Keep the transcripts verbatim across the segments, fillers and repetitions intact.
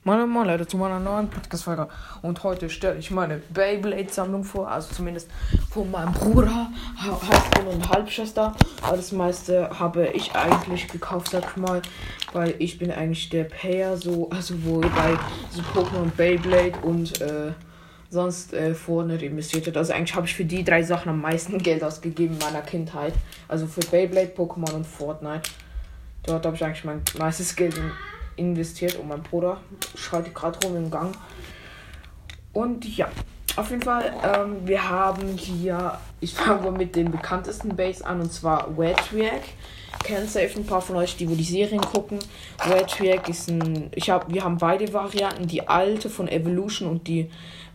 Moin Moin Leute zu meiner neuen Podcast-Folge und heute stelle ich meine Beyblade-Sammlung vor, also zumindest von meinem Bruder, Halbbruder und Halbschwester. Aber das meiste habe ich eigentlich gekauft, sag ich mal, weil ich bin eigentlich der Payer, so, also wo bei so Pokémon, Beyblade und äh, sonst äh, Fortnite investiert hat. Also eigentlich habe ich für die drei Sachen am meisten Geld ausgegeben in meiner Kindheit. Also für Beyblade, Pokémon und Fortnite. Dort habe ich eigentlich mein meistes Geld in investiert und mein Bruder schreit gerade rum im Gang. Und ja, auf jeden Fall, ähm, wir haben hier, ich fange mit den bekanntesten Base an, und zwar Wedriak. Kennen safe ein paar von euch, die wo die Serien gucken. Wedriak ist ein, ich habe, wir haben beide Varianten, die alte von Evolution und die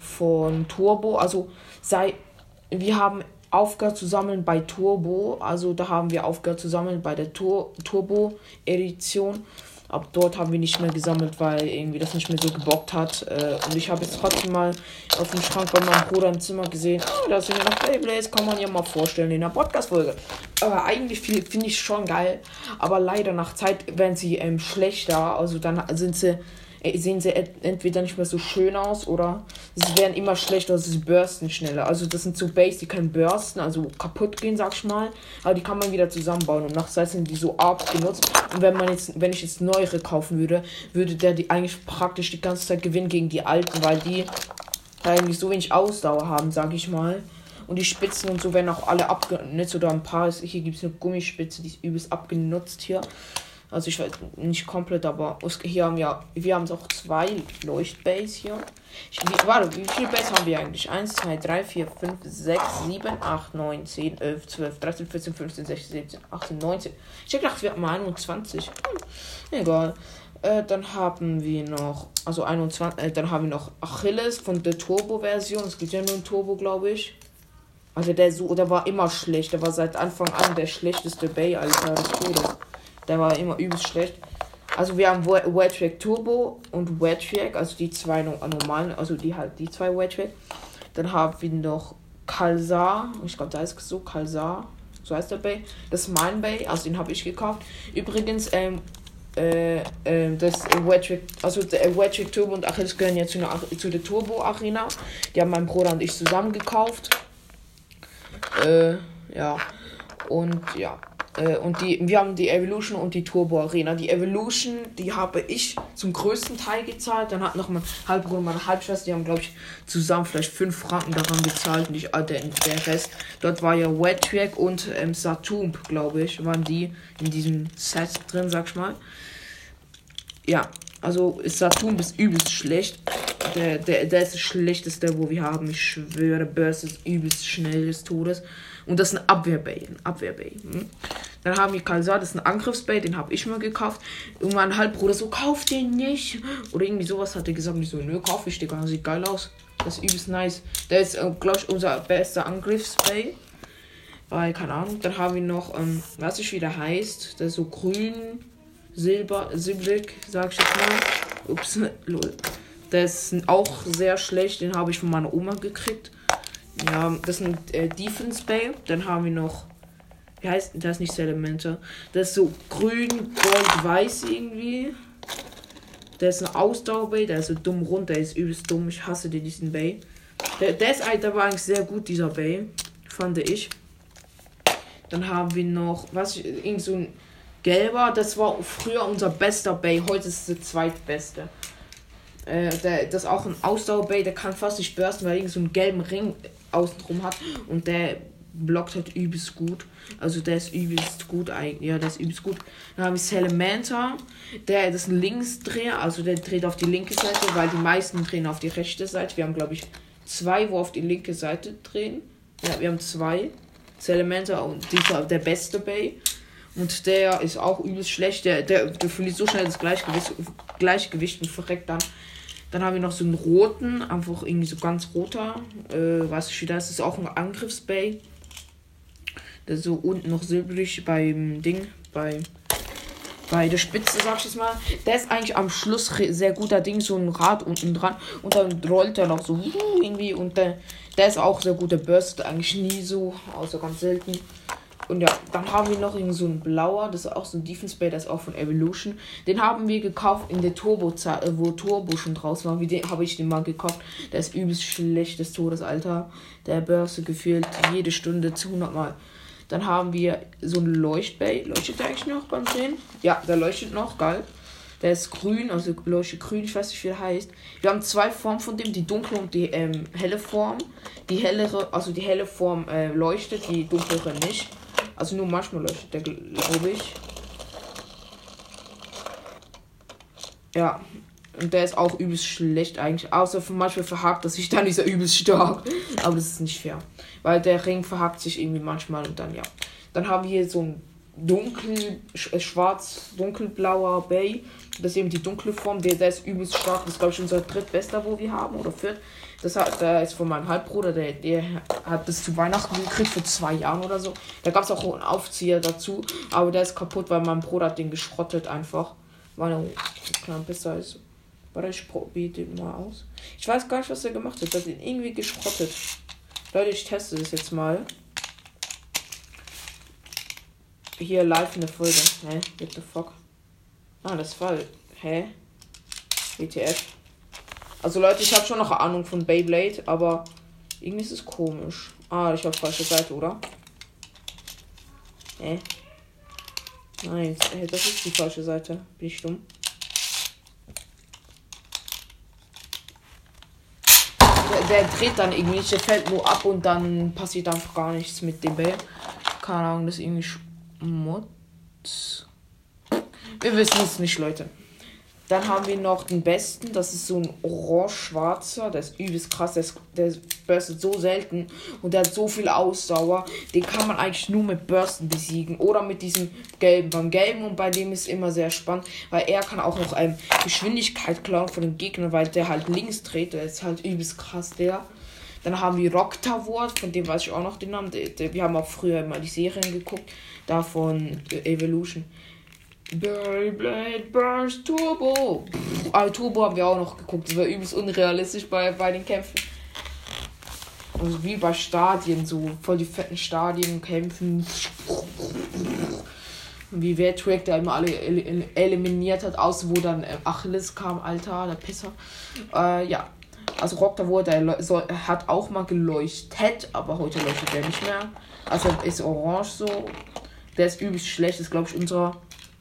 von Turbo. Also sei, wir haben aufgehört zu sammeln bei Turbo, also da haben wir aufgehört zu sammeln bei der Tur- Turbo-Edition. Ab dort haben wir nicht mehr gesammelt, weil irgendwie das nicht mehr so gebockt hat. Äh, und ich habe jetzt trotzdem mal auf dem Schrank bei meinem Bruder im Zimmer gesehen, oh, da sind ja noch Beyblades, kann man ja mal vorstellen in einer Podcast-Folge. Aber eigentlich finde ich schon geil. Aber leider nach Zeit werden sie ähm, schlechter. Also dann sind sie, äh, sehen sie entweder nicht mehr so schön aus oder sie werden immer schlechter, also sie bursten schneller. Also das sind so Base, die können bursten, also kaputt gehen, sag ich mal. Aber die kann man wieder zusammenbauen und nach Zeit sind die so arg genutzt. Und wenn man jetzt, wenn ich jetzt neuere kaufen würde, würde der die eigentlich praktisch die ganze Zeit gewinnen gegen die alten, weil die eigentlich so wenig Ausdauer haben, sag ich mal. Und die Spitzen und so werden auch alle abgenutzt oder ein paar. Hier gibt es eine Gummispitze, die ist übelst abgenutzt hier. Also ich weiß nicht komplett, aber hier haben wir, wir haben auch zwei Leuchtbase hier. Ich, wie, warte, wie viele Base haben wir eigentlich? eins, zwei, drei, vier, fünf, sechs, sieben, acht, neun, zehn, elf, zwölf, dreizehn, vierzehn, fünfzehn, sechzehn, siebzehn, achtzehn, neunzehn. Ich dachte, wir hatten einundzwanzig. Hm, egal. Äh, dann haben wir noch, also einundzwanzig, äh, dann haben wir noch Achilles von der Turbo-Version. Es gibt ja nur ein Turbo, glaube ich. Also der so, der war immer schlecht. Der war seit Anfang an der schlechteste Bay, Alter, des Todes. Der war immer übelst schlecht. Also wir haben Wedriak Turbo und Wedriak, also die zwei normalen, also die halt die zwei Wedriak. Dann haben wir noch Kalsar, ich glaube, da ist so Kalsar, so heißt der Bay. Das ist mein Bay, also den habe ich gekauft. Übrigens, ähm, äh, äh, das Wedriak, also der Wedriak Turbo und Achilles gehören ja zu, einer, zu der Turbo Arena. Die haben mein Bruder und ich zusammen gekauft. Äh, ja. Und ja. Und die, wir haben die Evolution und die Turbo Arena. Die Evolution, die habe ich zum größten Teil gezahlt. Dann hat noch mein Halbbruder und meine Halbschwester, die haben, glaube ich, zusammen vielleicht fünf Franken daran gezahlt. Und ich, der, der Rest. Dort war ja Wedriak und ähm, Saturn, glaube ich, waren die in diesem Set drin, sag ich mal. Ja, also Saturn ist übelst schlecht. Der, der, der ist das schlechteste, wo wir haben. Ich schwöre, Burst ist übelst schnell des Todes. Und das ist ein Abwehrbay. Ein Abwehrbay. Hm? Dann haben wir Kalsar, das ist ein Angriffsbay, den habe ich mal gekauft. Und mein Halbbruder so, kauf den nicht. Oder irgendwie sowas hat er gesagt. Und ich so, nö, kauf ich, Digga, das sieht geil aus. Das ist übelst nice. Der ist, äh, glaube ich, unser bester Angriffsbay. Weil, keine Ahnung. Dann haben wir noch, ähm, was ich wieder heißt. Der ist so grün, silber, silbrig, sag ich jetzt mal. Ups, lol. Der ist auch sehr schlecht. Den habe ich von meiner Oma gekriegt. Ja, das ist ein äh, Defense Bay. Dann haben wir noch, wie heißt das? Nicht Elemente. Das ist so grün, gold, weiß irgendwie. Der ist ein Ausdauer Bay. Der ist so dumm rund. Der ist übelst dumm. Ich hasse den, diesen Bay. Der, der, ist, der war eigentlich sehr gut, dieser Bay. Fand ich. Dann haben wir noch, was, irgend so ein gelber. Das war früher unser bester Bay. Heute ist es der zweitbeste. Äh, der, das ist auch ein Ausdauer-Bay, der kann fast nicht bursten, weil er so einen gelben Ring außenrum hat und der blockt halt übelst gut. Also der ist übelst gut eigentlich. Ja, der ist übelst gut. Dann haben wir Salamenter, der das ist ein Linksdreher, also der dreht auf die linke Seite, weil die meisten drehen auf die rechte Seite. Wir haben, glaube ich, zwei, wo auf die linke Seite drehen. Ja, wir haben zwei. Salamenter und dieser der beste Bay. Und der ist auch übelst schlecht. Der, der, der verliert so schnell das Gleichgewicht, Gleichgewicht und verreckt dann. Dann haben wir noch so einen roten, einfach irgendwie so ganz roter. Äh, weiß ich wie das ist. Auch ein Angriffsbay. Der ist so unten noch silbrig beim Ding. Bei, bei der Spitze, sag ich jetzt mal. Der ist eigentlich am Schluss sehr guter Ding. So ein Rad unten dran. Und dann rollt er noch so irgendwie. Und der, der ist auch sehr gut. Der burstet eigentlich nie so. Außer ganz selten. Und ja, dann haben wir noch so einen blauer, das ist auch so ein Defense Bay, das ist auch von Evolution. Den haben wir gekauft in der Turbo-Zeit, wo Turbo schon draußen war. Wie den habe ich den mal gekauft. Der ist übelst schlechtes Todesalter. Der Börse gefühlt jede Stunde zu hundert Mal. Dann haben wir so einen Leuchtbay. Leuchtet der eigentlich noch beim Drehen? Ja, der leuchtet noch, geil. Der ist grün, also leuchtet grün, ich weiß nicht, wie der heißt. Wir haben zwei Formen von dem, die dunkle und die ähm, helle Form. Die hellere, also die helle Form äh, leuchtet, die dunklere nicht. Also nur manchmal leuchtet der, glaube ich. Ja, und der ist auch übelst schlecht eigentlich. Außer für manchmal verhakt er sich, dann ist er übelst stark. Aber das ist nicht fair. Weil der Ring verhakt sich irgendwie manchmal und dann ja. Dann haben wir hier so ein dunkel, schwarz, dunkelblauer Bay. Das ist eben die dunkle Form. Der, der ist übelst stark. Das ist, glaube ich, unser drittbester, wo wir haben. Oder viert. Das hat, der ist von meinem Halbbruder. Der, der hat das zu Weihnachten gekriegt, vor zwei Jahren oder so. Da gab es auch einen Aufzieher dazu. Aber der ist kaputt, weil mein Bruder hat den geschrottet einfach. Weil er klar besser ist. Warte, ich probiere den mal aus. Ich weiß gar nicht, was er gemacht hat. Er hat ihn irgendwie geschrottet. Leute, ich teste das jetzt mal. Hier live in der Folge. Hä? What the fuck? Ah, das war. Hä? W T F. Also Leute, ich habe schon noch Ahnung von Beyblade, aber irgendwie ist es komisch. Ah, ich habe falsche Seite, oder? Hä? Nein, das ist die falsche Seite. Bin ich dumm? Der, der dreht dann irgendwie nicht, der fällt nur ab und dann passiert einfach gar nichts mit dem Bell. Keine Ahnung, das ist irgendwie Schmutz. Wir wissen es nicht, Leute. Dann haben wir noch den besten, das ist so ein orange-schwarzer, der ist übelst krass, der, ist, der bürstet so selten und der hat so viel Ausdauer, den kann man eigentlich nur mit Bürsten besiegen oder mit diesem gelben. Beim gelben und bei dem ist immer sehr spannend, weil er kann auch noch ähm, Geschwindigkeit klauen von den Gegnern, weil der halt links dreht, der ist halt übelst krass, der. Dann haben wir Rocktaward, von dem weiß ich auch noch den Namen, der, der, wir haben auch früher immer die Serien geguckt, da von Evolution. Beyblade Burst Turbo. Ah, Turbo haben wir auch noch geguckt. Das war übelst unrealistisch bei, bei den Kämpfen. Also wie bei Stadien, so voll die fetten Stadien kämpfen. Wie Wertrack, der immer alle eliminiert hat, außer wo dann Achilles kam, Alter, der Pisser. Äh, ja. Also Rocktaward, der soll, hat auch mal geleuchtet, aber heute leuchtet der nicht mehr. Also ist orange so. Der ist übelst schlecht, ist glaube ich unser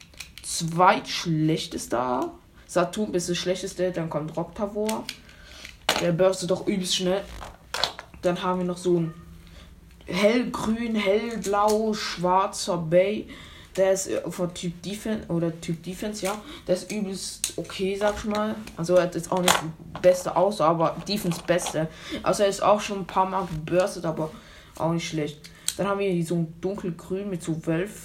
zweitschlechtester. Saturn ist das schlechteste, dann kommt Rocktaward. Der bürstet doch übelst schnell. Dann haben wir noch so ein hellgrün, hellblau, schwarzer Bay. Der ist von Typ Defense oder Typ Defense, ja. Der ist übelst okay, sag ich mal. Also er hat jetzt auch nicht die beste aus, aber Defense beste. Also er ist auch schon ein paar Mal gebürstet, aber auch nicht schlecht. Dann haben wir hier so ein dunkelgrün mit so Wölf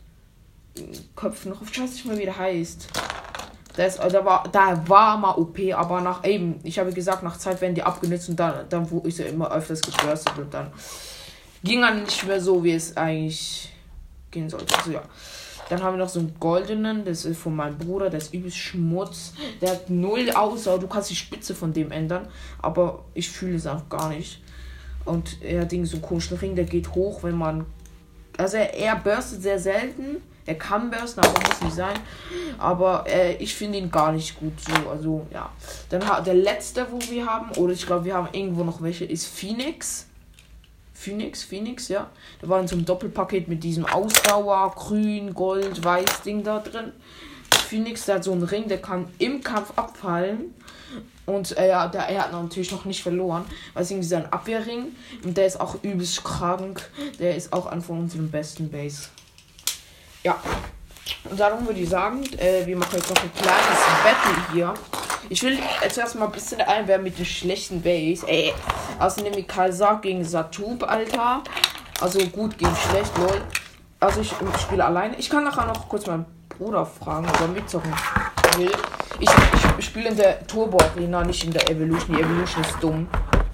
Köpfen noch. Ich weiß nicht mehr, wie der heißt. Das, da, war, da war mal O P, aber nach eben, ich habe gesagt, nach Zeit werden die abgenutzt und dann, dann wo ist er immer öfters gebürstet und dann ging er nicht mehr so, wie es eigentlich gehen sollte. Also ja. Dann haben wir noch so einen goldenen, das ist von meinem Bruder, der ist übelst Schmutz. Der hat null Ausdauer, du kannst die Spitze von dem ändern, aber ich fühle es auch gar nicht. Und er hat so einen komischen Ring, der geht hoch, wenn man. Also er, er burstet sehr selten. Er kann bursten, aber muss nicht sein. Aber äh, ich finde ihn gar nicht gut so. Also ja. Dann ha- der letzte, wo wir haben, oder ich glaube, wir haben irgendwo noch welche, ist Phoenix. Phoenix, Phoenix, ja. Da war in so einem Doppelpaket mit diesem Ausdauer, grün, gold, weiß Ding da drin. Phoenix, der hat so einen Ring, der kann im Kampf abfallen. Und äh, ja, der, er hat natürlich noch nicht verloren. Weil es irgendwie sein Abwehrring. Und der ist auch übelst krank. Der ist auch einer von unseren besten Base. Ja, und darum würde ich sagen, äh, wir machen jetzt noch ein kleines Battle hier. Ich will jetzt erstmal ein bisschen einwerfen mit den schlechten Base. Ey, also nämlich Kalsar gegen Satub, Alter. Also gut gegen schlecht, lol. Also ich, ich spiele alleine. Ich kann nachher noch kurz meinen Bruder fragen, ob er mitzocken will. Ich, ich spiele in der Turbo Arena, nicht in der Evolution. Die Evolution ist dumm.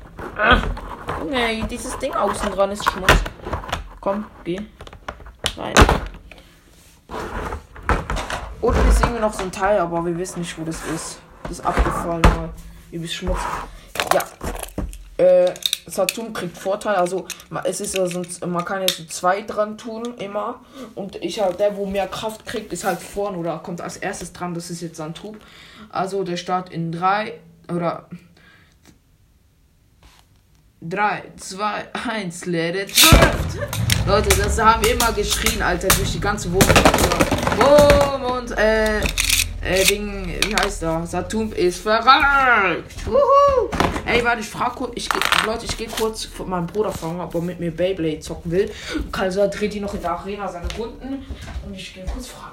Nee, dieses Ding außen dran ist Schmutz. Komm, geh. Nein. Unten ist irgendwie noch so ein Teil, aber wir wissen nicht, wo das ist. Das ist abgefallen, mal. Übelst Schmutz. Ja. Äh, Saturn kriegt Vorteil, also es ist ja sonst, man kann jetzt so zwei dran tun, immer. Und ich halt, der, wo mehr Kraft kriegt, ist halt vorne oder kommt als erstes dran, das ist jetzt Saturn. Also der Start in drei oder drei, zwei, eins, let it drift. Leute, das haben wir immer geschrien, Alter, durch die ganze Wohnung. Boom und äh, äh, Ding, wie heißt der? Saturn ist verrückt. Wuhu. Ey, warte, ich frag kurz, ich, Leute, ich gehe kurz von meinem Bruder fragen, ob er mit mir Beyblade zocken will. Also dreht die noch in der Arena seine Runden und ich gehe kurz fragen.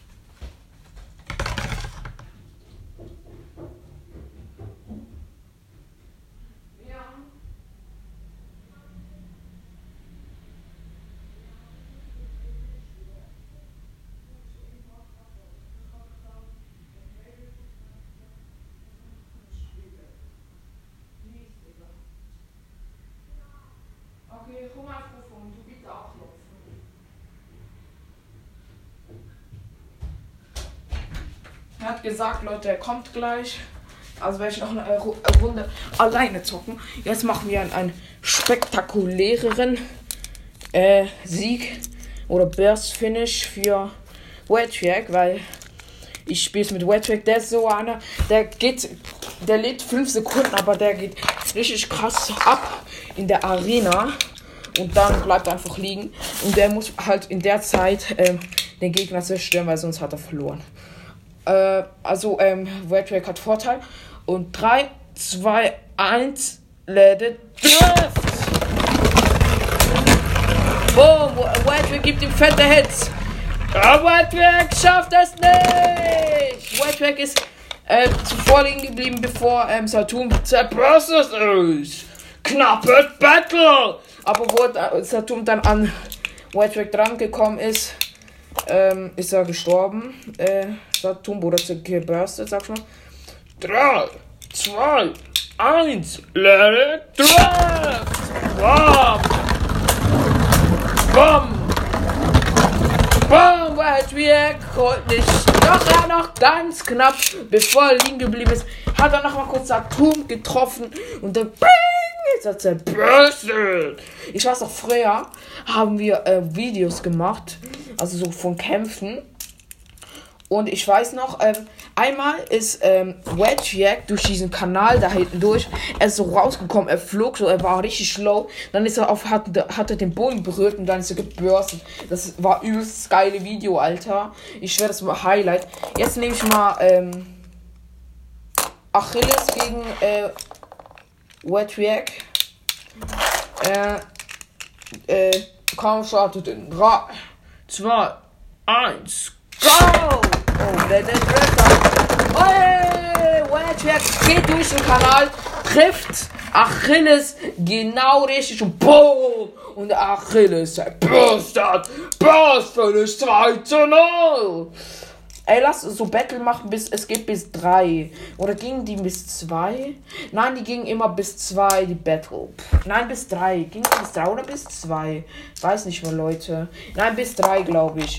Okay, komm mal Mikrofon, du bitte auch klopfen. Er hat gesagt, Leute, er kommt gleich. Also werde ich noch eine Runde alleine zocken. Jetzt machen wir einen, einen spektakuläreren äh, Sieg oder Burst Finish für Wettrack, weil ich spiele es mit Wettrack. Der ist so einer, der geht, der lädt fünf Sekunden, aber der geht richtig krass ab in der Arena. Und dann bleibt er einfach liegen. Und der muss halt in der Zeit ähm, den Gegner zerstören, weil sonst hat er verloren. Äh, also, ähm, Wettrack hat Vorteil. Und drei, zwei, eins, let it drift! Boom! Wettrack gibt ihm fette Hits. Aber Wettrack schafft es nicht! Wettrack ist äh, zuvor liegen geblieben, bevor ähm, Saturn zerbröselt ist. Knappes Battle! Aber wo Saturn dann an Wettrack dran gekommen ist, ähm, ist er gestorben. Äh, Saturn wurde geburstet, sag ich mal. drei, zwei, eins, let it drift! Bam! Bam! Bam! Wettrack holt nicht. Doch er noch ganz knapp, bevor er liegen geblieben ist, hat er noch mal kurz Saturn getroffen und dann BING! Ist er zerbröselt. Ich weiß auch, früher haben wir äh, Videos gemacht, also so von Kämpfen. Und ich weiß noch, ähm, einmal ist ähm, Wettrack durch diesen Kanal da hinten durch, er ist so rausgekommen, er flog so, er war richtig low, dann ist er auf, hat, hat er den Boden berührt und dann ist er gebürstet. Das war übelst geile Video, Alter. Ich schwöre, das war Highlight. Jetzt nehme ich mal ähm, Achilles gegen äh, Wettrack. Äh, äh, kaum startet in drei, zwei, eins, go! Oh, der, der Treffer. Hey, Wettrack geht durch den Kanal, trifft Achilles genau richtig und boom! Und Achilles zerbürstet. Burst Finish drei zu null. Ey, lass so Battle machen, bis es geht bis drei. Oder gingen die bis zwei? Nein, die gingen immer bis zwei, die Battle. Nein, bis drei. Ging die bis drei oder bis zwei? Weiß nicht mehr, Leute. Nein, bis drei, glaube ich.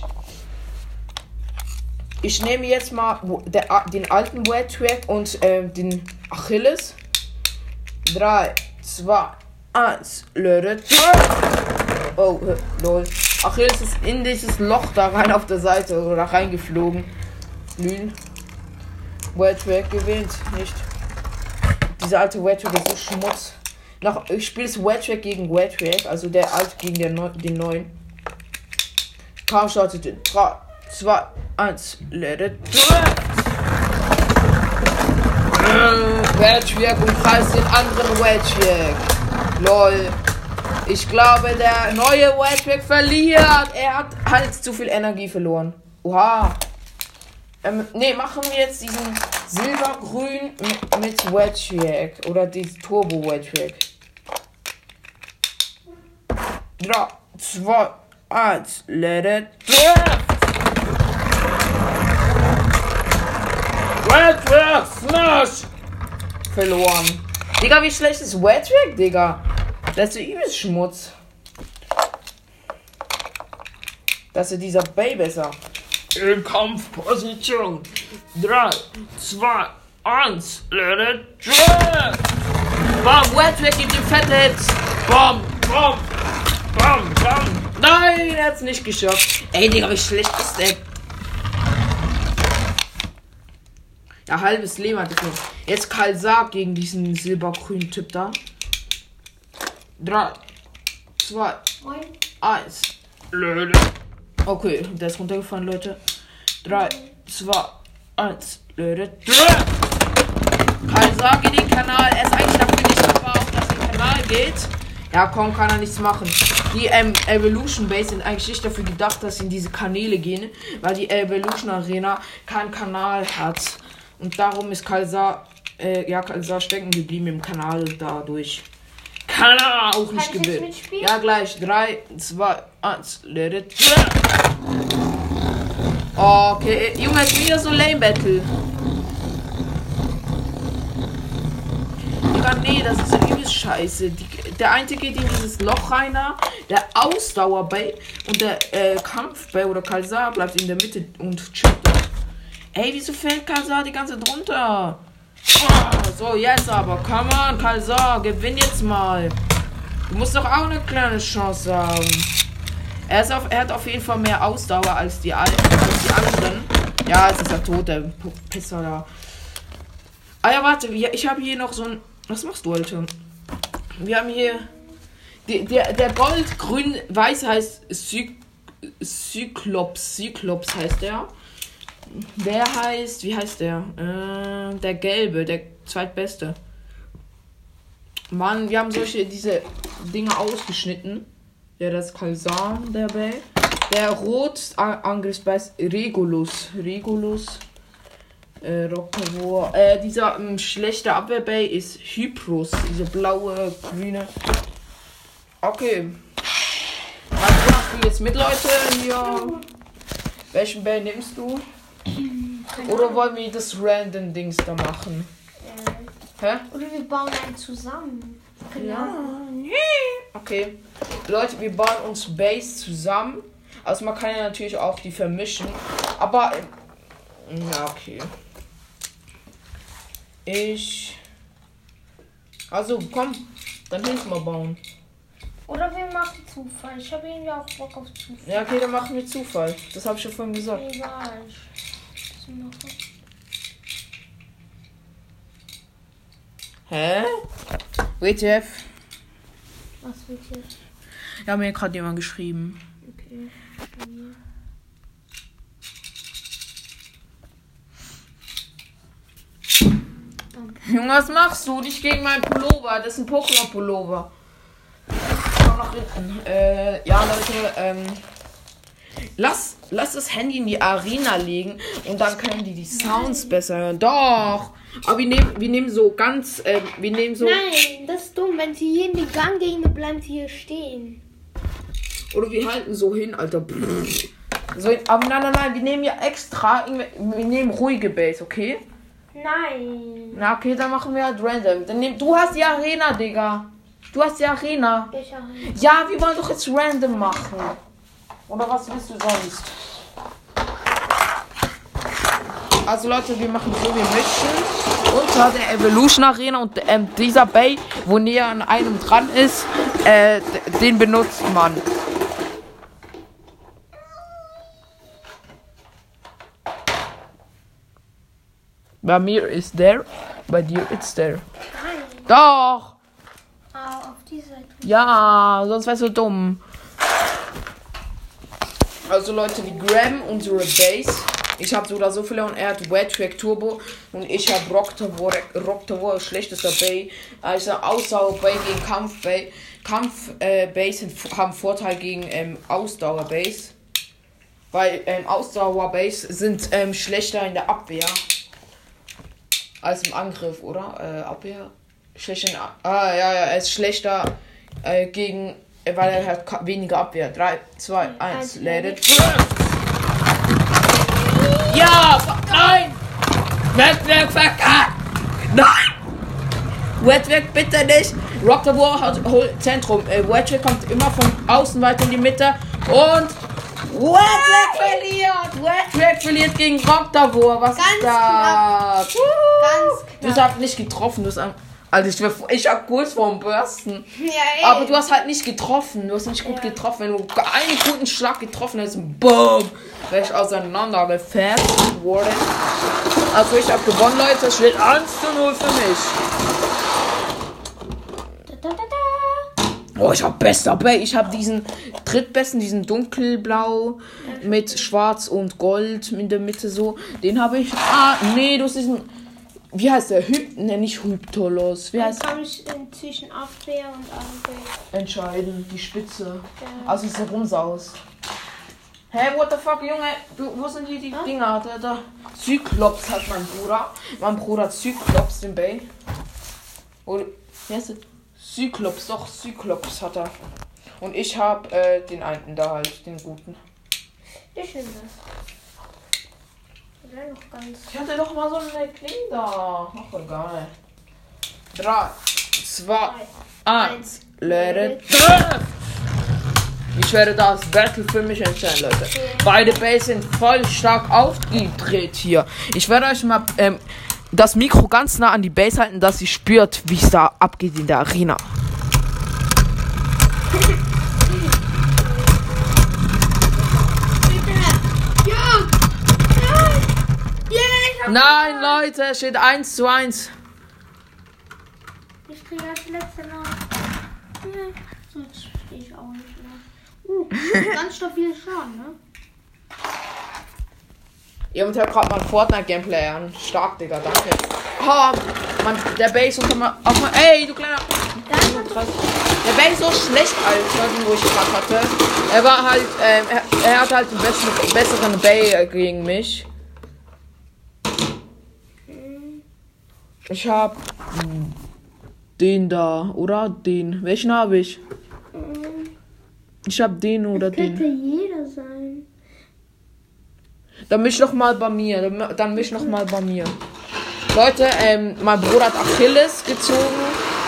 Ich nehme jetzt mal der, den alten Wettrack und äh, den Achilles. drei, zwei, eins, let it go! Oh, lol. Achilles ist in dieses Loch da rein auf der Seite oder reingeflogen. Lügen. Wettrack gewinnt, nicht? Dieser alte Wettrack ist so Schmutz. Nach, ich spiele es Wettrack gegen Wettrack, also der alte gegen der Neu- den neuen. Kaum startet in drei, zwei, eins, let it drift! Äh, Wettrack umkreist den anderen Wettrack. Lol. Ich glaube, der neue Wettrack verliert. Er hat halt zu viel Energie verloren. Oha. Ähm, ne, machen wir jetzt diesen Silbergrün mit, mit Wettrack. Oder die Turbo Wettrack. drei, zwei, eins, let it drift! Wettrack Smash! Verloren. Digga, wie schlecht ist Wettrack, Digga? Das ist übelst Schmutz. Das ist dieser Babysser. In Kampfposition. drei, zwei, eins, let it drift! Bam, Wetback gibt ihm fette Hits. Bam, bam, bam, bam. Nein, er hat's nicht geschafft. Ey, Digga, wie schlecht ist der? Ja, halbes Leben hat er noch. Jetzt Kalsar gegen diesen silbergrünen Typ da. drei, zwei, eins. Okay, der ist runtergefallen, Leute. drei, zwei, eins. Kalsar geht den Kanal. Er ist eigentlich dafür nicht aber auch, dass der Kanal geht. Ja, komm, kann er nichts machen. Die ähm, Evolution Base sind eigentlich nicht dafür gedacht, dass sie in diese Kanäle gehen, weil die Evolution Arena keinen Kanal hat. Und darum ist Kalsar, äh, ja, Kalsar stecken geblieben im Kanal dadurch. Kann er auch nicht gewinnen. Ja, gleich. drei, zwei, eins. Let it. Okay, Junge, ist wieder so Lame Battle. Digga, nee, das ist ja übelst scheiße. Die, der eine geht in dieses Loch rein, der Ausdauer-Bay und der äh, Kampf-Bay oder Kalsar bleibt in der Mitte und chillt. Ey, wieso fällt Kalsar die ganze Zeit runter? Oh, so, jetzt aber. Come on, Kalsar, gewinn jetzt mal. Du musst doch auch eine kleine Chance haben. Er, ist auf, er hat auf jeden Fall mehr Ausdauer als die, als die anderen. Ja, jetzt ist er tot, der Pisser da. Ah ja, warte, ich habe hier noch so ein... Was machst du, Alter? Wir haben hier... Die, der der Gold-Grün-Weiß heißt Cy Cyclops. Cyclops heißt der. Der heißt... Wie heißt der? Äh, der Gelbe, der zweitbeste. Mann, wir haben solche... Diese Dinge ausgeschnitten. Ja, das Kalsar dabei. Der Rot-Angriffsbeiß Regulus. Regulus. Äh, Rockavor. Äh, dieser ähm, schlechte Abwehrbay ist Hyprus. Diese blaue, grüne. Okay. Also, du hast jetzt mit, Leute. Hier. Welchen Bay nimmst du? Oder wollen wir das random Dings da machen? Äh, Hä? Oder wir bauen einen zusammen. Ja. Okay. Leute, wir bauen uns Base zusammen. Also man kann ja natürlich auch die vermischen. Aber. Ja, okay. Ich. Also komm, dann hilf mal bauen. Oder wir machen Zufall. Ich habe irgendwie auch Bock auf Zufall. Ja, okay, dann machen wir Zufall. Das habe ich schon vorhin gesagt. Egal. Hä? W T F? Was wird jetzt? Ja, mir hat gerade jemand geschrieben. Okay. Junge, was machst du? Nicht gegen meinen Pullover. Das ist ein Pokémon-Pullover. Noch hinten. Äh, ja, Leute, ähm. Lass, lass das Handy in die Arena legen und dann können die die Sounds Nein. besser hören. Doch! Aber wir nehmen, wir nehmen so ganz, äh, wir nehmen so... Nein, das ist dumm. Wenn sie hier in die Gang gehen, dann bleiben sie hier stehen. Oder wir halten so hin, Alter. So, aber nein, nein, nein, wir nehmen ja extra, wir nehmen ruhige Base, okay? Nein. Na, okay, dann machen wir halt random. Dann nehm, du hast die Arena, Digga. Du hast die Arena. Ich Arena. Ja, wir wollen doch jetzt random machen. Oder was willst du sonst? Also Leute, wir machen so, wir mischen unter der Evolution Arena und ähm, dieser Bay, wo näher an einem dran ist, äh, den benutzt man. Bei mir ist der, bei dir ist der. Nein. Doch! Ah, auf die Seite. Ja, sonst wärst du dumm. Also Leute, wir grabben unsere Base. Ich habe sogar so viele und er hat Wetback Turbo und ich habe Rocktavor, Rocktavor schlechtester Bay. Also Ausdauer Bay gegen Kampf Bay. Kampf äh, Base haben Vorteil gegen ähm, Ausdauer Base. Weil ähm, Ausdauer Base sind ähm, schlechter in der Abwehr als im Angriff, oder? Äh, Abwehr? Schlechter in A- Ah, ja, ja, er ist schlechter äh, gegen, äh, weil er hat ka- weniger Abwehr. drei, zwei, eins, let it. Ja, nein! Wetback verkackt! Nein! Wetback bitte nicht! Rocktavor hat holt Zentrum. Äh, Wetback kommt immer von außen weiter in die Mitte und Wetback verliert! Wetback verliert gegen Rocktavor. Was Ganz ist das? knapp. Ganz knapp. Du hast nicht getroffen. Du hast, Also ich, wär- ich hab kurz vorm Bürsten. Ja, ey. Aber du hast halt nicht getroffen. Du hast nicht gut Ja. getroffen. Wenn du einen guten Schlag getroffen hättest, boom, wäre ich auseinandergefetzt worden. Also ich hab gewonnen, Leute. Es steht eins zu null für mich. Da, da, da, da. Oh, ich hab bester Bay. Ich hab diesen drittbesten, diesen dunkelblau mit schwarz und gold in der Mitte so. Den habe ich. Ah, nee, du hast diesen. Wie heißt der? Hyp, ne, nicht Hyptolos. Wie Dann heißt kann ich zwischen Abwehr und Angriff. entscheiden? Die Spitze. Ja. Also ist der Rumsaus. Hä, hey, what the fuck, Junge? Du, wo sind hier die Ja? Dinger? Der, der Zyklops hat mein Bruder. Mein Bruder hat Zyklops, den Bay. Oder, wie heißt der? Zyklops, doch, Zyklops hat er. Und ich hab äh, den einen da halt, den guten. Ich nehme das. Oder noch ganz. Ich hatte doch mal so eine Klinge da. Ach, egal. Drei, zwei, eins, let it go! Ich werde das Battle für mich entscheiden, Leute. Beide Base sind voll stark aufgedreht hier. Ich werde euch mal ähm, das Mikro ganz nah an die Base halten, dass ihr spürt, wie es da abgeht in der Arena. Ja! Ja! Ja! Nein, Leute, es steht eins zu eins. Ich kriege als letzte noch. Ja, sonst stehe ich auch nicht mehr. Uh, ganz stabil Schaden, ne? Ihr hört gerade mal ein Fortnite-Gameplay an. Stark, Digga, danke. Oh, man, der Base und mal auf mal. Ey, du kleiner. Der Base ist so schlecht, Alter, den wo ich gerade hatte. Er war halt, ähm, er, er hat halt einen besseren, besseren Bay gegen mich. Ich hab hm, den da, oder? Den. Welchen habe ich? Ich hab den oder Könnte den. jeder sein. Dann misch noch mal bei mir. Dann, dann misch noch mal bei mir. Leute, ähm, mein Bruder hat Achilles gezogen.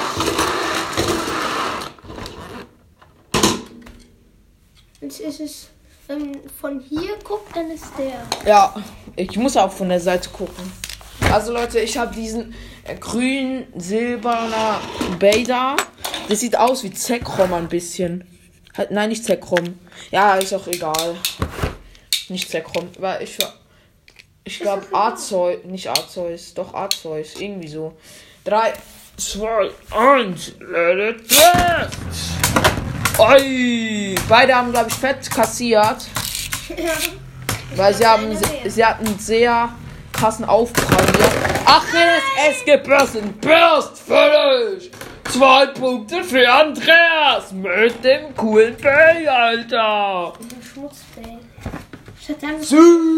Jetzt ist es, wenn man von hier guckt, dann ist der. Ja, ich muss auch von der Seite gucken. Also Leute, ich habe diesen äh, grün silberner Bader. Das sieht aus wie Zekrom ein bisschen. Halt, nein, nicht Zekrom. Ja, ist auch egal. Nicht Zekrom, weil ich ich glaube Arzeus, nicht Arzeus, doch Arzeus, irgendwie so. Drei, zwei, eins, let it rest. Oi, beide haben glaube ich fett kassiert, Ja. weil sie haben sie hatten einen sehr krassen Aufprall hier. Achilles es gebürstet, Burst völlig. Zwei Punkte für Andreas mit dem coolen Bay, Alter. Der Schmutzbell. Ich hatte Angst.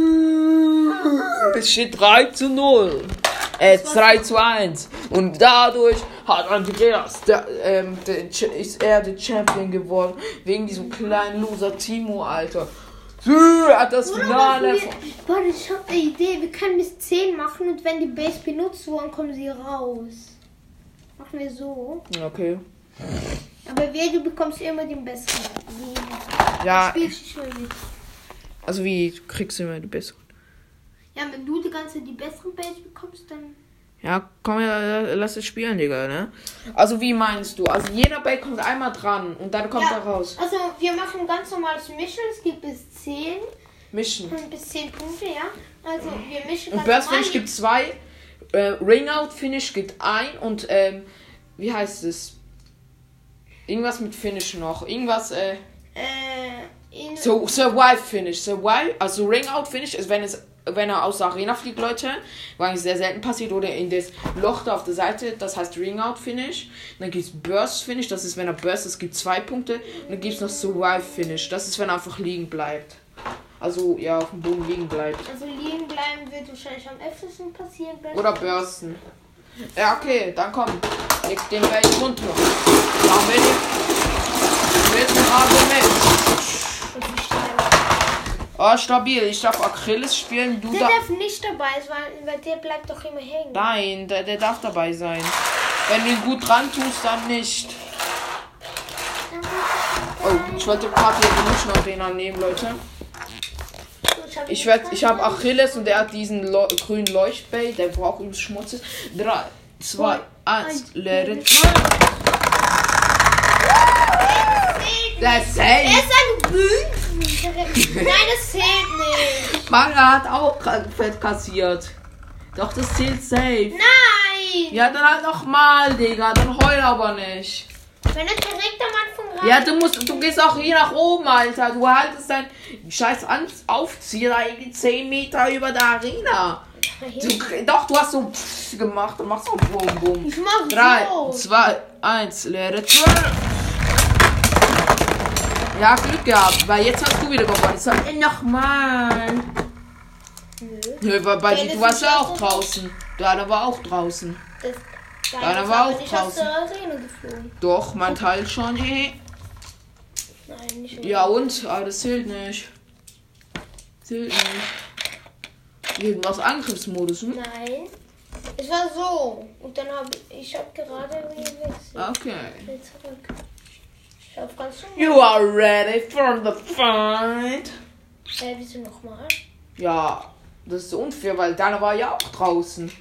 Es steht drei zu null. Äh, drei zu eins. Und dadurch hat Andreas, der, ähm, der, ist er der Champion geworden. Wegen diesem kleinen Loser Timo, Alter. Er hat das Finale. Wir, warte, ich hab eine Idee. Wir können bis zehn machen und wenn die Base benutzt wurden, kommen sie raus. Machen wir so. Okay. Aber wer, du bekommst immer den besten. Wie? Ja, Spiel ich schon mit. also wie kriegst du immer die bessere? Ja, wenn du die ganze die besseren Base bekommst, dann. Ja, komm, ja, lass es spielen, Digga, ne? Also wie meinst du? Also jeder Bay kommt einmal dran und dann kommt Ja, er raus. Also wir machen ganz normales Mischen. Es gibt bis zehn. Mischen. Bis zehn Punkte, ja. Also wir mischen Und ganz Burst normal. Finish gibt zwei. Äh, Ringout Finish gibt ein und ähm, wie heißt es? Irgendwas mit Finish noch. Irgendwas, äh. Äh, in So, Survive Finish. Survive, also Ringout Finish ist, wenn es, wenn er aus der Arena fliegt, Leute, weil es sehr selten passiert, oder in das Loch da auf der Seite, das heißt Ringout Finish. Und dann gibt es Burst Finish, das ist, wenn er burst, es gibt zwei Punkte. Und dann gibt es noch Survive Finish, das ist, wenn er einfach liegen bleibt. Also, ja, auf dem Boden liegen bleibt. Also liegen bleiben wird wahrscheinlich am öftesten passieren. Oder bursten. Ja, okay, dann komm. Leg den Ball runter. Machen wir den. Mit dem Argument. Und wie schnell. Oh, stabil. Ich darf Achilles spielen. Du Der darfst. darf nicht dabei sein, weil, weil der bleibt doch immer hängen. Nein, der, der darf dabei sein. Wenn du ihn gut dran tust, dann nicht. Oh, ich wollte gerade hier die Muschenarena nehmen, Leute. hab Ich werd, ich habe Achilles und der hat diesen Lo- grünen Leuchtbay, der braucht übelst schmutzig. Drei, zwei, eins, let it Das Das Er zählt. ist ein Münzen. Nein, das zählt nicht. Mann, er hat auch Fett kassiert. Doch, das zählt safe. Nein. Ja, dann halt nochmal, Digga. Dann heul aber nicht. Wenn er direkt am Anfang rein. Ja, du musst, du gehst auch hier nach oben, Alter. Du haltest dein scheiß An- Aufzieher da irgendwie zehn Meter über der Arena. Du, doch, du hast so pff gemacht und machst so bum bum. Ich mach drei, so. zwei, eins, let it go. Ja, Glück gehabt, weil jetzt hast du wieder gewonnen. Ich sag, nochmal. Nö. Nö, weil bei Ja, dir, das du warst ist ja ja auch so- draußen. Deiner war auch draußen. Das, Deiner war auch nicht aus draußen. der Arena geflogen. Doch, mein Teil schon. Hehe. Nein, nicht. Ja und? Aber das zählt nicht. Zählt nicht. Irgendwas Angriffsmodus, hm? Nein. Es war so. Und dann habe ich, ich habe gerade gewechselt. Okay. Wieder zurück. Ich habe ganz normal. You are ready for the fight. Äh, wieso nochmal? Ja, das ist unfair, weil deiner war ja auch draußen.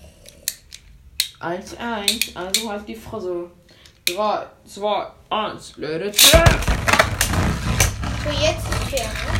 eins, eins, also halt die Fresse. drei, zwei, eins, let it go. So, jetzt ist fair, ne?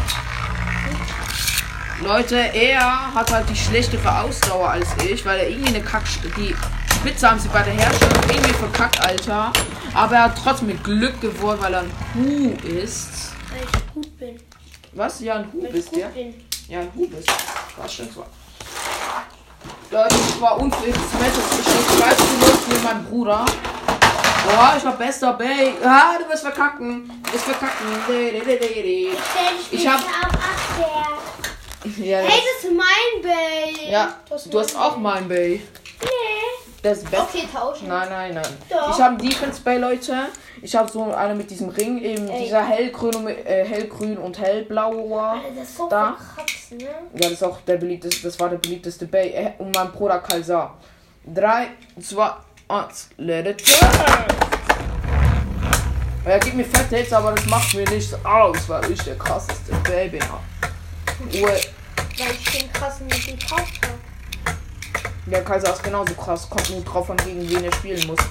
Leute, er hat halt die schlechtere Ausdauer als ich, weil er irgendwie eine Kack... Die Spitze haben sie bei der Herstellung irgendwie verkackt, Alter. Aber er hat trotzdem mit Glück gewonnen, weil er ein Hu ist. Weil ich gut bin. Was? Ja, ein Hu Weil ich bist, gut ja? bin. Ja, ein Hu bist. Das stimmt zwar. Leute, das war unfair. Das Match ist schon zwei zu null für meinen Bruder. Boah, ich hab bester Bay. Ah, du wirst verkacken. Du wirst verkacken. De, de, de, de, de. Ich, Ich hab- ab Abwehr. Ja, Hey, das ist mein Bay. ja, du hast auch mein Bay. Nee. Das ist besser. Okay, tauschen. Nein, nein, nein. Doch. Ich habe Defense Bay, Leute. Ich habe so eine mit diesem Ring, eben Ey. dieser hellgrün, und- äh, hellgrün und hellblauer. Alter, das ist so Da. verkratzt, ne? Ja, das ist auch der beliebteste, das war der beliebteste Bay. Äh, Und mein Bruder Kalsar. drei, zwei, eins, let it go. Er gibt mir fette Hits, aber das macht mir nichts aus, weil ich der krasseste Bay bin. Uwe, Weil ich den krassen mit gekauft habe. der Kaiser ist genauso krass, kommt nur drauf an, gegen wen er spielen muss.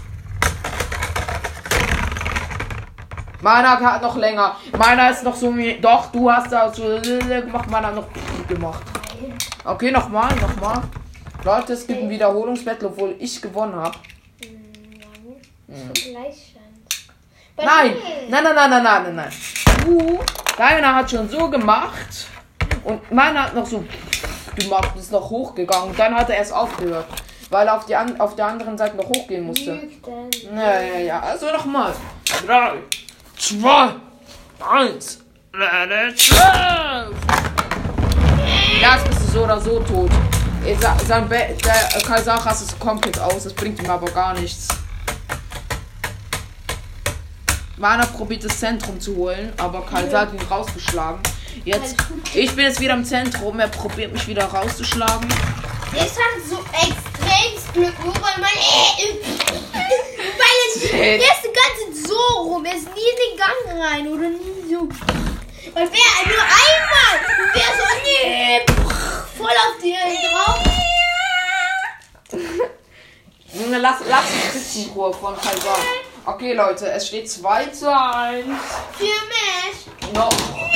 Meiner hat noch länger. Meiner ist noch so wie. Doch, du hast da so gemacht, meiner hat noch gemacht. Okay, nochmal, nochmal. Leute, es gibt ein Wiederholungsbattle, obwohl ich gewonnen habe. Nein. Gleichstand. Bei Nein, mir. nein, nein, nein, nein, nein, nein, nein. Du, deiner hat schon so gemacht und meiner hat noch so gemacht, ist noch hochgegangen. Und dann hat er erst aufgehört, weil er auf, die an, auf der anderen Seite noch hochgehen musste. Lügt denn. Ja, ja, ja. Also nochmal. drei, zwei, eins. Let it go. Ja, jetzt bist du so oder so tot. Er sa- Sein Be der Kaiser rastet komplett aus. Das bringt ihm aber gar nichts. Mana probiert das Zentrum zu holen, aber Kaiser hat ihn rausgeschlagen. Jetzt, ich bin jetzt wieder im Zentrum. Er probiert mich wieder rauszuschlagen. Jetzt hat so extrem Glück, nur weil man. Weil es. Der ist die ganze Zeit so rum. Er ist nie in den Gang rein oder nie so. Weil wäre nur einmal. Wäre so. Nee, voll auf die drauf. Junge, lass, lass die Spitzenruhe von Kaiser. Okay, Leute, es steht zwei zu eins. Für mich. Noch.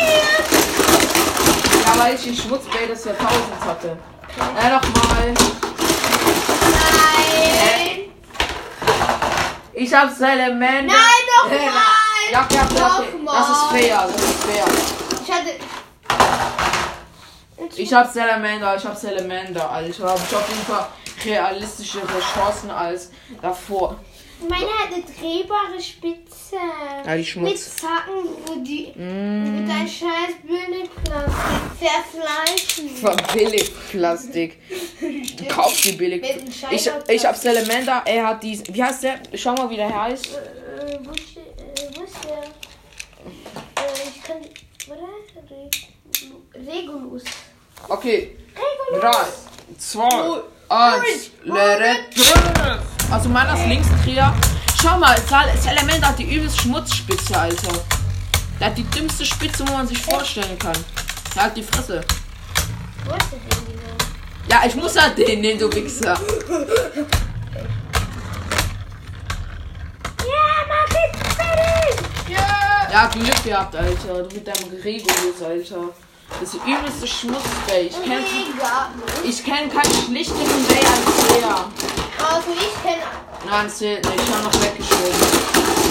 Ja, weil ich die Schmutzbay des Jahrtausends hatte. Ja, nochmal. Nein. Ich hab's Element. Nein, noch Äh, mal. Ja, ja, das, Noch das ist mal. fair, das ist fair. Ich hatte. Ich hab Salamander, ich hab Salamander, Alter. Ich hab auf jeden Fall realistischere Chancen als davor. Meine hat eine drehbare Spitze. Ja, die Mit Schmutz. Zacken, wo die Mm, mit deinem scheiß Billigplastik verfleischen. von Billigplastik. Kauf die billig. Mit dem scheiß Ich, ich hab Salamander, er hat diesen. Wie heißt der? Schau mal, wie der heißt. Äh, wo ist der? Äh, wo ist der? Äh, ich kann. Oder? Regulus. Okay. Regulus. drei, zwei, eins, let it go. Also meiner ist Linksdreher. Schau mal, Sal- Salamander hat die übelst Schmutzspitze, Alter. Der hat die dümmste Spitze, wo man sich vorstellen kann. Der hat die Fresse. Wo ist der denn genau? Ja, ich muss halt den nehmen, du Wichser. Ja, Glück gehabt, Alter. Du mit deinem Regulus, Alter. Das ist übelste Schmutzbay. Ich kenne ich kenn keinen schlichteren Bay als der. Also ich kenne... Nein, es zählt nicht. Ich habe noch weggeschoben.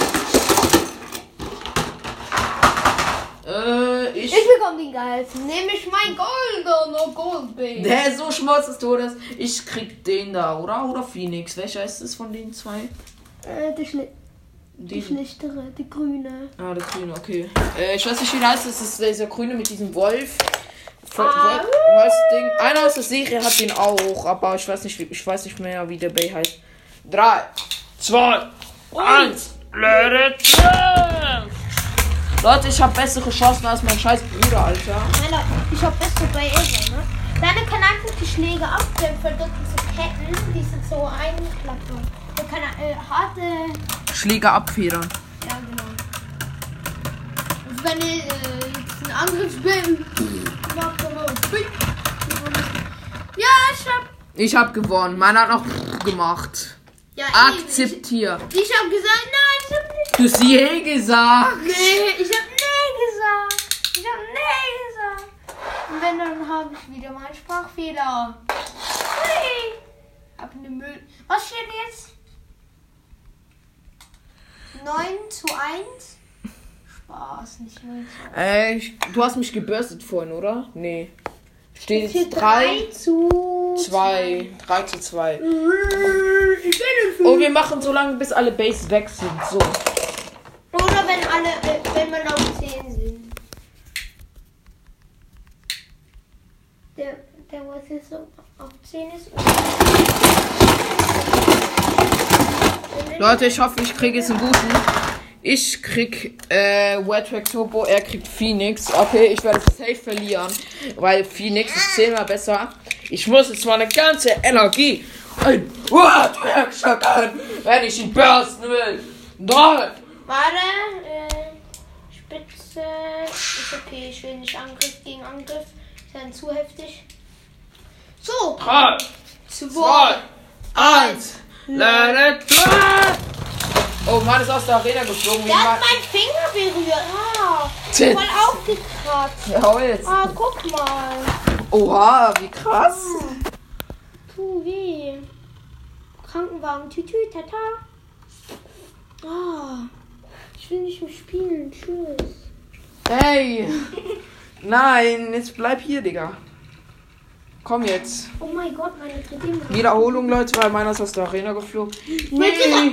Äh, ich... Ich bekomme den geilsten. Nämlich mein goldener Goldbay. Der ist so Schmutz des Todes. Ich krieg den da, oder? Oder Phoenix. Welcher ist es von den zwei? Äh, der Schli Die Die, schlichtere, die grüne. ah, der grüne, okay. Äh, ich weiß nicht, wie der heißt. Das ist dieser grüne mit diesem Wolf. Wolf, Ah. Wolf Ding. Einer aus der Serie hat den auch, aber ich weiß nicht, wie, ich weiß nicht mehr, wie der Bay heißt. Drei, zwei, eins, let it go! Leute, ich habe bessere Chancen als mein scheiß Bruder, Alter. Alter, ich hab beste bei Ever, ne? Deine kann einfach die Schläge abdämpfen, dort diese Ketten, die sind so einklappen. Der kann äh, harte... Schläger abfedern. Ja, genau. Und wenn ihr äh, jetzt einen Angriffsbild macht, dann mal ja, ich hab... Ich hab gewonnen. Meiner hat noch gemacht. Ja, Akzeptier. Ich, ich hab gesagt, nein, ich hab nicht... Du hast je gesagt. Nee, ich hab nee gesagt. Ich hab nee gesagt. Und wenn, dann habe ich wieder meinen Sprachfehler. Nee. Hab eine Müll... Was steht jetzt? neun zu eins? Spaß, nicht neun zu eins. Äh, ich, du hast mich gebürstet vorhin, oder? Nee. Steht Hier jetzt drei zu zwei. drei zu zwei. Ich bin Und wir machen so lange, bis alle Base weg sind. So. Oder wenn alle, äh, wenn wir auf zehn sind. Der, der was jetzt so auf zehn ist. Leute, ich hoffe, ich kriege jetzt einen guten. Ich krieg äh, Wet Track Turbo, er kriegt Phoenix. Okay, ich werde safe verlieren, weil Phoenix ist zehnmal besser. Ich muss jetzt meine ganze Energie ein Wet Track stecken, wenn ich ihn bursten will. Drei. Warte, äh, Spitze. Ist okay, ich will nicht Angriff gegen Angriff. Ist dann zu heftig. So, drei, zwei, eins. Let it go! Oh Mann, ist aus der Arena geflogen. der hat meinen Finger berührt. Ah, Zit. voll aufgekratzt. Ja, jetzt. Ah, guck mal. Oha, wie krass. Tu weh. Krankenwagen, tütü, tata. Ah, ich will nicht mehr spielen. Tschüss. Hey. Nein, jetzt bleib hier, Digga. Komm jetzt. Oh mein Gott, meine Kredite. Wiederholung, Leute, weil meiner ist aus der Arena geflogen. Nee.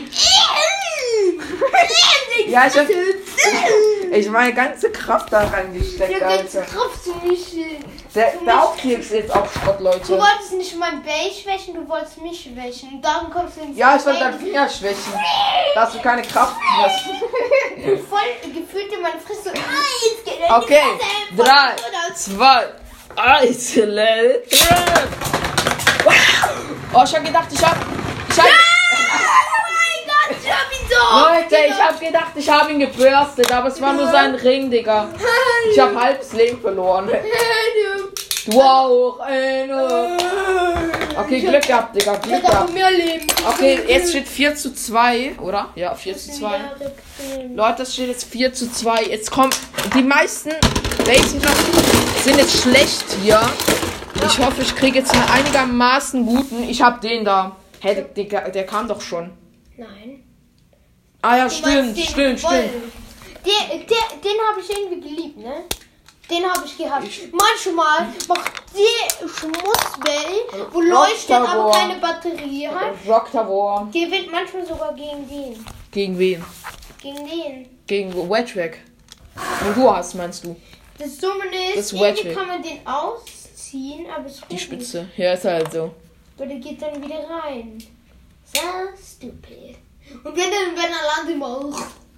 Ja, ich hab, ich meine ganze Kraft da reingesteckt, Ja, jetzt Alter. triffst du mich. Der, der Aufkleber ist jetzt auch Schrott, Du Leute. wolltest nicht mein Bay schwächen, du wolltest mich schwächen. Und dann kommst du ins Ja, ich wollte Bay. deinen Finger schwächen. Dass du keine Kraft hast. Voll gefühlt in meine Fresse. Ah, jetzt geht er Okay, in die Fresse. drei, Voll- zwei, eins, let it rip. Oh, ich hab gedacht, ich hab... Ich hab... Oh mein Gott, ich hab ihn so. Leute, ich hab gedacht, ich hab ihn gebürstet, aber es war nur sein Ring, Digga. Ich hab halbes Leben verloren. Du auch, ey, no. Okay, Glück gehabt, Digga, Ich Glück hätte auch gehabt. mehr Leben. Okay, jetzt steht vier zu zwei, oder? Ja, vier zu zwei. Leute, das steht jetzt vier zu zwei. Jetzt kommen die meisten Basic noch sind jetzt schlecht hier. Ich hoffe, ich kriege jetzt einen einigermaßen guten. Ich hab den da. Hä, hey, der, der kam doch schon. Nein. Ah ja, Du stimmt, meinst den stimmt, Wolf. stimmt. Der, der, den habe ich irgendwie geliebt, ne? Den habe ich gehabt. Manchmal macht der Schmutzbell, wo leuchtet, aber Rockstar keine Batterie hat. Rock Tower. Gewinnt manchmal sogar gegen den. Gegen wen? Gegen den. Gegen Wedgewack. Und du hast, meinst du? Das Dumme ist, Das irgendwie Wedge. kann man den ausziehen, aber es Die Spitze. Ja, ist halt so. Aber der geht dann wieder rein. So stupid. Und wenn dann, wenn er landet, immer auch.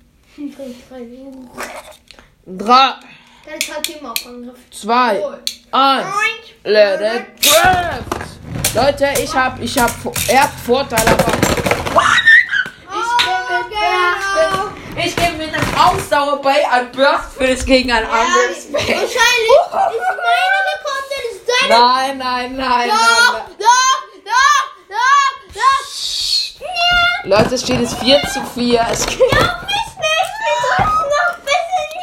Drei, Dann ist halt immer auf Angriff. zwei, eins. Let it drift. Leute, ich hab, ich hab, er hat Vorteile, aber Oh, ich gebe mit einem Ausdauer bei ein Burst für das gegen ein anderes Space. Wahrscheinlich ist meine gekommen, dann ist deine. Nein, nein, nein, Doch, nein, doch, doch, doch, doch. nein. Leute, es steht jetzt vier zu vier. Es geht. Ja, mich nicht. Wir sollten noch ein bisschen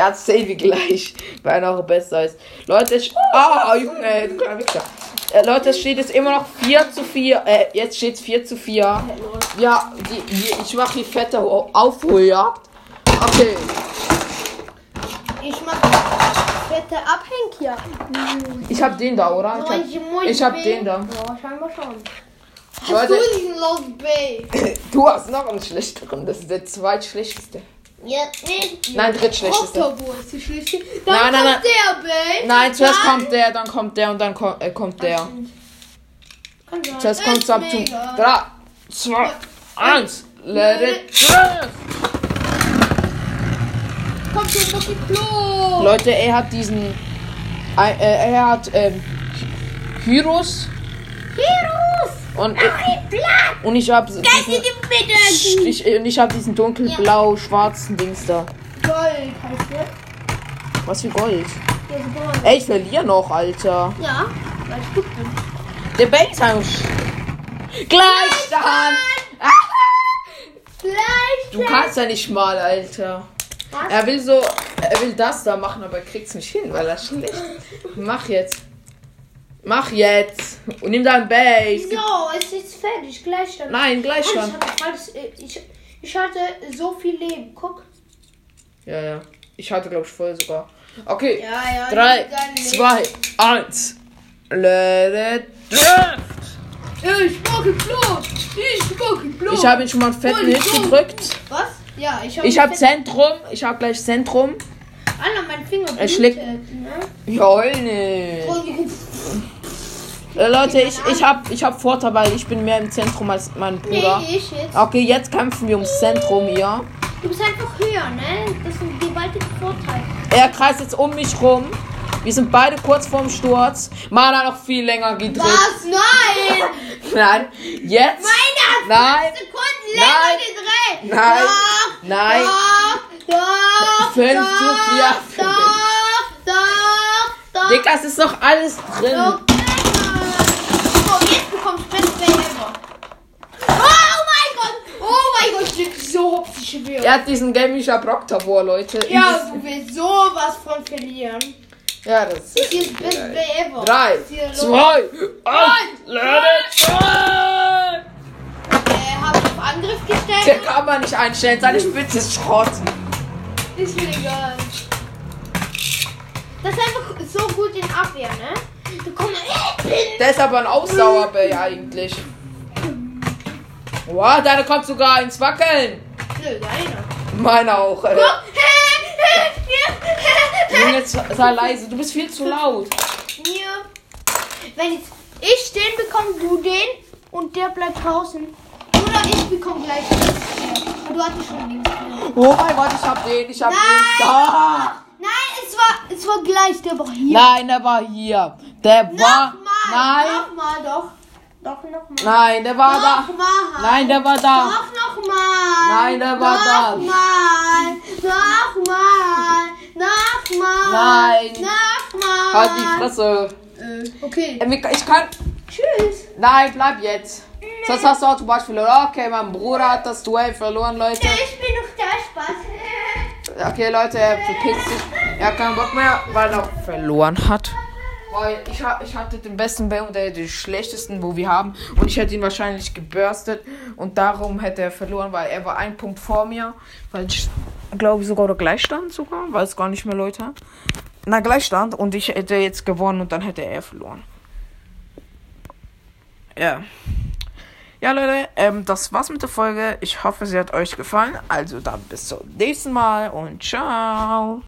Ja, sehen wir gleich, wer noch besser ist. Leute, ich... Ah, Junge, du kleiner Wichser. Äh, Leute, es steht jetzt immer noch vier zu vier. Äh, jetzt steht es vier zu vier. Ja, die, die, ich mache die fette Aufholjagd. Okay. Ich mach fette Abhängjagd. Ich hab den da, oder? Ich hab, ich hab den da. Ja, scheinbar schon. Hast Leute, du diesen Lost Bay? du hast noch einen schlechteren. Das ist der zweitschlechteste. Ja, nee. Nein, drittschlechteste. Octobo ist die schlechteste. Dann Nein, nein, kommt der Bay. Nein, zuerst Dann- kommt der, dann kommt der und dann kommt, äh, kommt der. Kann sein. Zuerst kommt Ist es ab zu mir egal. drei, zwei, eins. Let it drift. Kommt schon Mucki Klo. Leute, er hat diesen. Äh, äh, er hat ähm, Heroes Virus. und, äh, Blatt. und ich habe Geist diesen, in die Mitte. ich, und ich habe diesen dunkelblau-schwarzen Dings da. Gold heißt der. Was für Gold. Der ist Gold. Ey, ich verliere noch, Alter. Ja, weil ich gut bin. Der Base haben Gleichstand. Ah, Gleich. du kannst ja nicht mal, Alter. Was? Er will so, er will das da machen, aber er kriegt's nicht hin, weil er schlecht. Mach jetzt. Mach jetzt. Und nimm dein Base. So, es ist fertig. Gleichstand. Nein, Ich Gleichstand. hatte, falls, äh, ich, ich hatte so viel Leben. Guck. Ja, ja. Ich hatte, glaube ich, voll sogar. Okay. Ja, ja. Drei, dein Leben. zwei, eins. Let it drift. Ich mag Blut. Ich mag Blut. Ich habe ihn schon mal einen fetten Hit gedrückt. Was? Ja, ich habe. Ich habe Zentrum. Ich habe gleich Zentrum. Alter, mein Finger Er schlägt- blutet, ne? Jawohl, ne. Und Äh, Leute, ich, ich habe ich hab Vorteil, weil ich bin mehr im Zentrum als mein Bruder. nee, ich jetzt. Okay, jetzt kämpfen wir ums Zentrum hier. Du bist einfach höher, ne? Das ist ein gewaltiger Vorteil. Er kreist jetzt um mich rum. Wir sind beide kurz vorm Sturz. Man hat noch viel länger gedrückt. Was? Nein! Nein, jetzt. Meiner Nein. Sekunden Nein. länger gedreht! Nein. Doch, Nein. Doch! Doch! Fünf doch, zu vier. Doch! Doch! Doch! Digga, es ist noch alles drin. Doch! So, jetzt bekommst du Best Bay ever. Oh mein Gott! Oh mein Gott, ich bin so hopsig schwer. Er hat diesen Gamischer Brock-Tabor, Leute. Ja, du willst sowas von verlieren. Ja, das ist. Hier ist Best Bay ever. Drei, Was ist hier los? zwei, eins. Let it drift. Äh, hab ich auf Angriff Der gestellt? kann man nicht einstellen. Seine Spitze ist Schrott. Ist mir egal. Das ist einfach so gut in Abwehr, ne? Du kommst. Der ist aber ein Ausdauerbär eigentlich. Wow, deine kommt sogar ins Wackeln. Nö, deiner. Meine auch, ey. Guck. Junge, jetzt sei leise. Du bist viel zu laut. Mir. Wenn jetzt ich den bekomme, du den und der bleibt draußen. Oder ich bekomme gleich den. Du hattest schon links. Oh mein Gott, ich hab den. Ich hab Nein. den. Da. Nein, es war, es war gleich, der war hier. Nein, der war hier. Der war. Nochmal. Nein. Nochmal, doch. Doch, nochmal. Nein, der war da. Nochmal. Nein, der war da. Doch, nochmal. Nein, der war da. Nochmal. Nochmal. Nochmal. Nein. Nochmal. Halt die Fresse. Äh, okay. Ähm, Ich kann. Tschüss. Nein, bleib jetzt. Sonst hast du automatisch verloren. Okay, mein Bruder hat das Duell verloren, Leute. Ich bin noch da, Spaß. Okay, Leute, er verpisst sich. Er hat keinen Bock mehr, weil er verloren hat. Weil ich, ha- ich hatte den besten Bär und der den schlechtesten, wo wir haben. Und ich hätte ihn wahrscheinlich gebürstet. Und darum hätte er verloren, weil er war ein Punkt vor mir. Weil ich glaube sogar oder Gleichstand sogar. Weiß gar nicht mehr, Leute. Na, Gleichstand. Und ich hätte jetzt gewonnen und dann hätte er verloren. Ja. Ja, Leute, ähm, das war's mit der Folge. Ich hoffe, sie hat euch gefallen. Also dann bis zum nächsten Mal und ciao.